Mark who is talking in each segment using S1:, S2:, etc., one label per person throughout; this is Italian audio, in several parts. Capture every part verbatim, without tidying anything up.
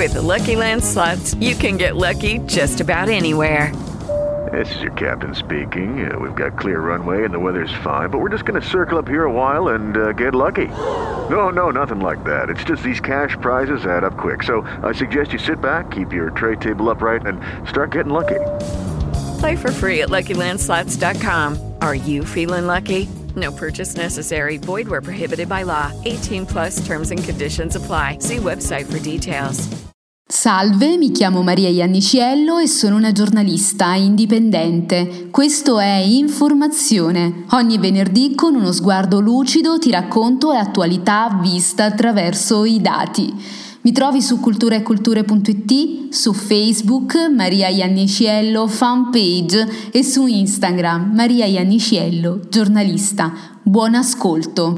S1: With the Lucky Land Slots, you can get lucky just about anywhere.
S2: This is your captain speaking. Uh, we've got clear runway and the weather's fine, but we're just going to circle up here a while and uh, get lucky. No, no, nothing like that. It's just these cash prizes add up quick. So I suggest you sit back, keep your tray table upright, and start getting lucky.
S1: Play for free at Lucky Land Slots dot com. Are you feeling lucky? No purchase necessary. Void where prohibited by law. eighteen plus terms and conditions apply. See website for details.
S3: Salve, mi chiamo Maria Ianniciello e sono una giornalista indipendente. Questo è Informazione. Ogni venerdì con uno sguardo lucido ti racconto l'attualità vista attraverso i dati. Mi trovi su cultura e culture punto it, su Facebook Maria Ianniciello fanpage e su Instagram Maria Ianniciello giornalista. Buon ascolto.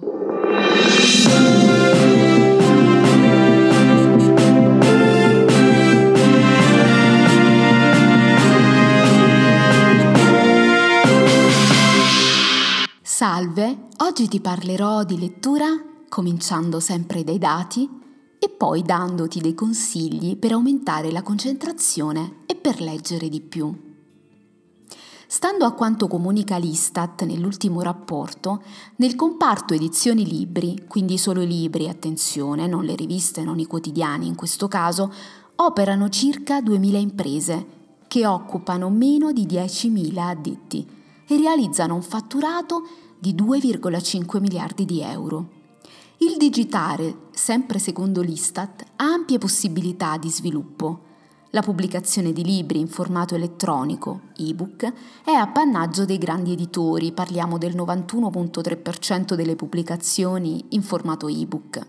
S3: Salve, oggi ti parlerò di lettura, cominciando sempre dai dati e poi dandoti dei consigli per aumentare la concentrazione e per leggere di più. Stando a quanto comunica l'Istat nell'ultimo rapporto, nel comparto edizioni libri, quindi solo i libri, attenzione, non le riviste, non i quotidiani in questo caso, operano circa duemila imprese che occupano meno di diecimila addetti e realizzano un fatturato di due virgola cinque miliardi di euro. Il digitale, sempre secondo l'Istat, ha ampie possibilità di sviluppo. La pubblicazione di libri in formato elettronico, ebook, è appannaggio dei grandi editori, parliamo del novantuno virgola tre per cento delle pubblicazioni in formato ebook.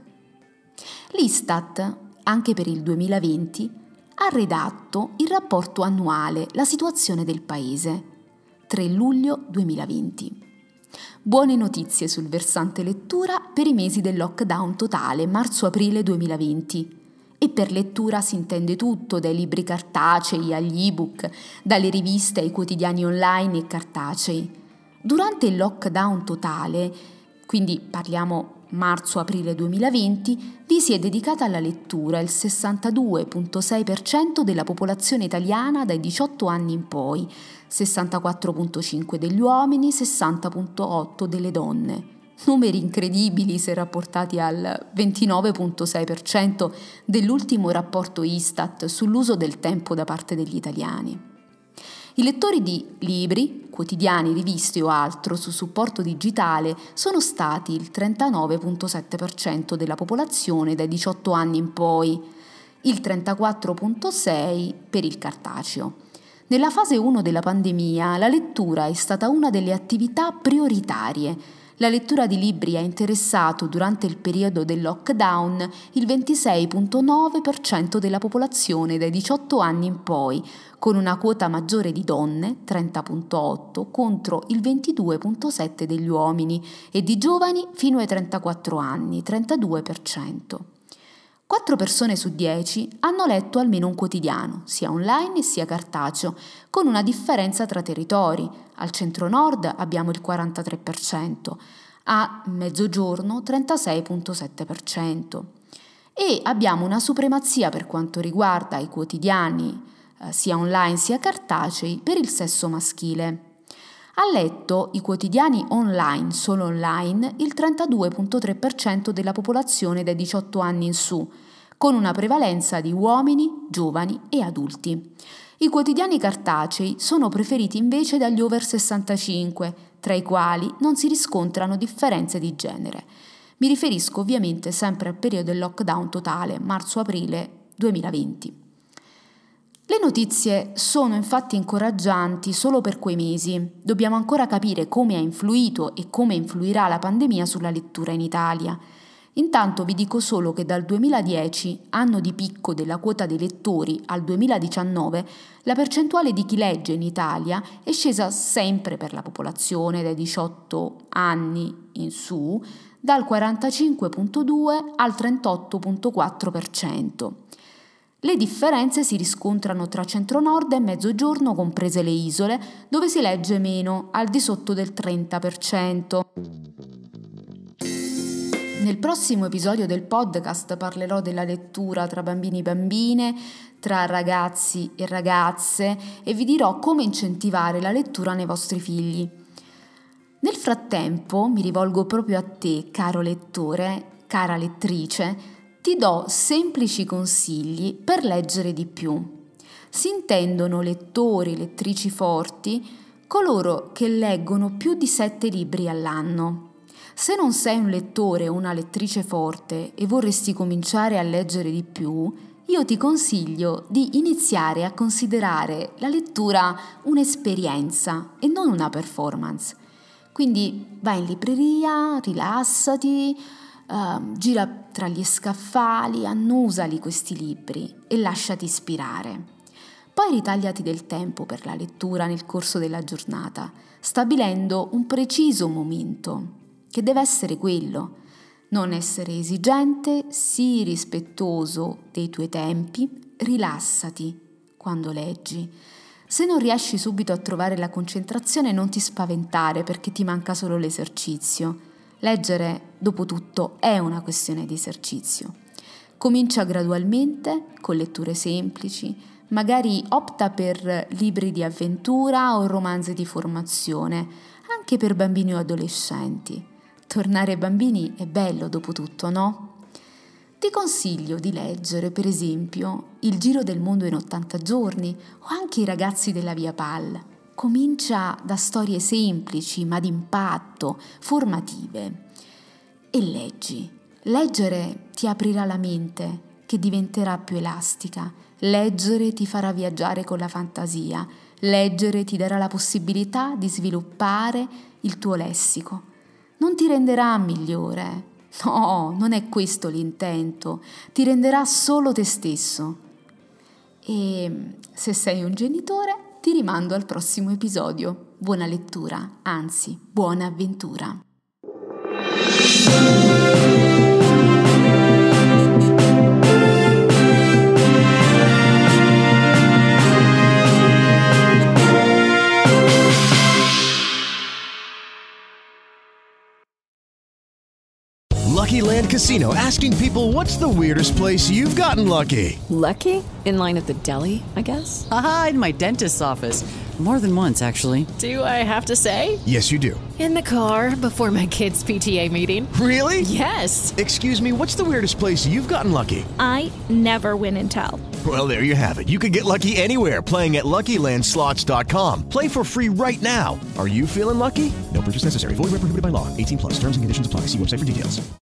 S3: L'Istat, anche per il duemilaventi, ha redatto il rapporto annuale La situazione del Paese, tre luglio duemilaventi. Buone notizie sul versante lettura per i mesi del lockdown totale marzo-aprile duemilaventi. E per lettura si intende tutto, dai libri cartacei agli ebook, dalle riviste ai quotidiani online e cartacei. Durante il lockdown totale, quindi parliamo marzo-aprile duemilaventi, vi si è dedicata alla lettura il sessantadue virgola sei per cento della popolazione italiana dai diciotto anni in poi, sessantaquattro virgola cinque per cento degli uomini, sessanta virgola otto per cento delle donne. Numeri incredibili se rapportati al ventinove virgola sei per cento dell'ultimo rapporto Istat sull'uso del tempo da parte degli italiani. I lettori di libri, quotidiani, riviste o altro su supporto digitale sono stati il trentanove virgola sette per cento della popolazione dai diciotto anni in poi, il trentaquattro virgola sei per cento per il cartaceo. Nella fase uno della pandemia la lettura è stata una delle attività prioritarie. La lettura di libri ha interessato durante il periodo del lockdown il ventisei virgola nove per cento della popolazione dai diciotto anni in poi, con una quota maggiore di donne, trenta virgola otto, contro il ventidue virgola sette degli uomini, e di giovani fino ai trentaquattro anni, trentadue per cento. quattro persone su dieci hanno letto almeno un quotidiano, sia online sia cartaceo, con una differenza tra territori. Al centro-nord abbiamo il quarantatré per cento, a mezzogiorno trentasei virgola sette per cento. E abbiamo una supremazia per quanto riguarda i quotidiani, eh, sia online sia cartacei, per il sesso maschile. Ha letto i quotidiani online, solo online, il trentadue virgola tre per cento della popolazione dai diciotto anni in su, con una prevalenza di uomini, giovani e adulti. I quotidiani cartacei sono preferiti invece dagli over sessantacinque, tra i quali non si riscontrano differenze di genere. Mi riferisco ovviamente sempre al periodo del lockdown totale, marzo-aprile duemilaventi. Le notizie sono infatti incoraggianti solo per quei mesi. Dobbiamo ancora capire come ha influito e come influirà la pandemia sulla lettura in Italia. Intanto vi dico solo che dal duemiladieci, anno di picco della quota dei lettori, al duemiladiciannove, la percentuale di chi legge in Italia è scesa sempre per la popolazione dai diciotto anni in su, dal quarantacinque virgola due al trentotto virgola quattro per cento. Le differenze si riscontrano tra centro-nord e mezzogiorno, comprese le isole, dove si legge meno, al di sotto del trenta per cento. Nel prossimo episodio del podcast parlerò della lettura tra bambini e bambine, tra ragazzi e ragazze e vi dirò come incentivare la lettura nei vostri figli. Nel frattempo mi rivolgo proprio a te, caro lettore, cara lettrice, ti do semplici consigli per leggere di più. Si intendono lettori, lettrici forti, coloro che leggono più di sette libri all'anno. Se non sei un lettore o una lettrice forte e vorresti cominciare a leggere di più, io ti consiglio di iniziare a considerare la lettura un'esperienza e non una performance. Quindi vai in libreria, rilassati, uh, gira tra gli scaffali, annusali questi libri e lasciati ispirare. Poi ritagliati del tempo per la lettura nel corso della giornata, stabilendo un preciso momento, che deve essere quello. Non essere esigente, sii rispettoso dei tuoi tempi, rilassati quando leggi. Se non riesci subito a trovare la concentrazione, non ti spaventare perché ti manca solo l'esercizio. Leggere, dopo tutto, è una questione di esercizio. Comincia gradualmente, con letture semplici, magari opta per libri di avventura o romanzi di formazione, anche per bambini o adolescenti. Tornare bambini è bello dopo tutto, no? Ti consiglio di leggere, per esempio, Il giro del mondo in ottanta giorni o anche I ragazzi della via Pal. Comincia da storie semplici ma d'impatto, formative. E leggi. Leggere ti aprirà la mente, che diventerà più elastica. Leggere ti farà viaggiare con la fantasia. Leggere ti darà la possibilità di sviluppare il tuo lessico. Non ti renderà migliore. No, non è questo l'intento. Ti renderà solo te stesso. E se sei un genitore, ti rimando al prossimo episodio. Buona lettura, anzi, buona avventura.
S4: Lucky Land Casino, asking people, what's the weirdest place you've gotten lucky?
S5: Lucky? In line at the deli, I guess?
S6: Aha, in my dentist's office. More than once, actually.
S5: Do I have to say?
S4: Yes, you do.
S5: In the car before my kids' P T A meeting.
S4: Really?
S5: Yes.
S4: Excuse me, what's the weirdest place you've gotten lucky?
S7: I never win and tell.
S4: Well, there you have it. You can get lucky anywhere, playing at Lucky Land Slots dot com. Play for free right now. Are you feeling lucky? No purchase necessary. Void where prohibited by law. eighteen plus. Terms and conditions apply. See website for details.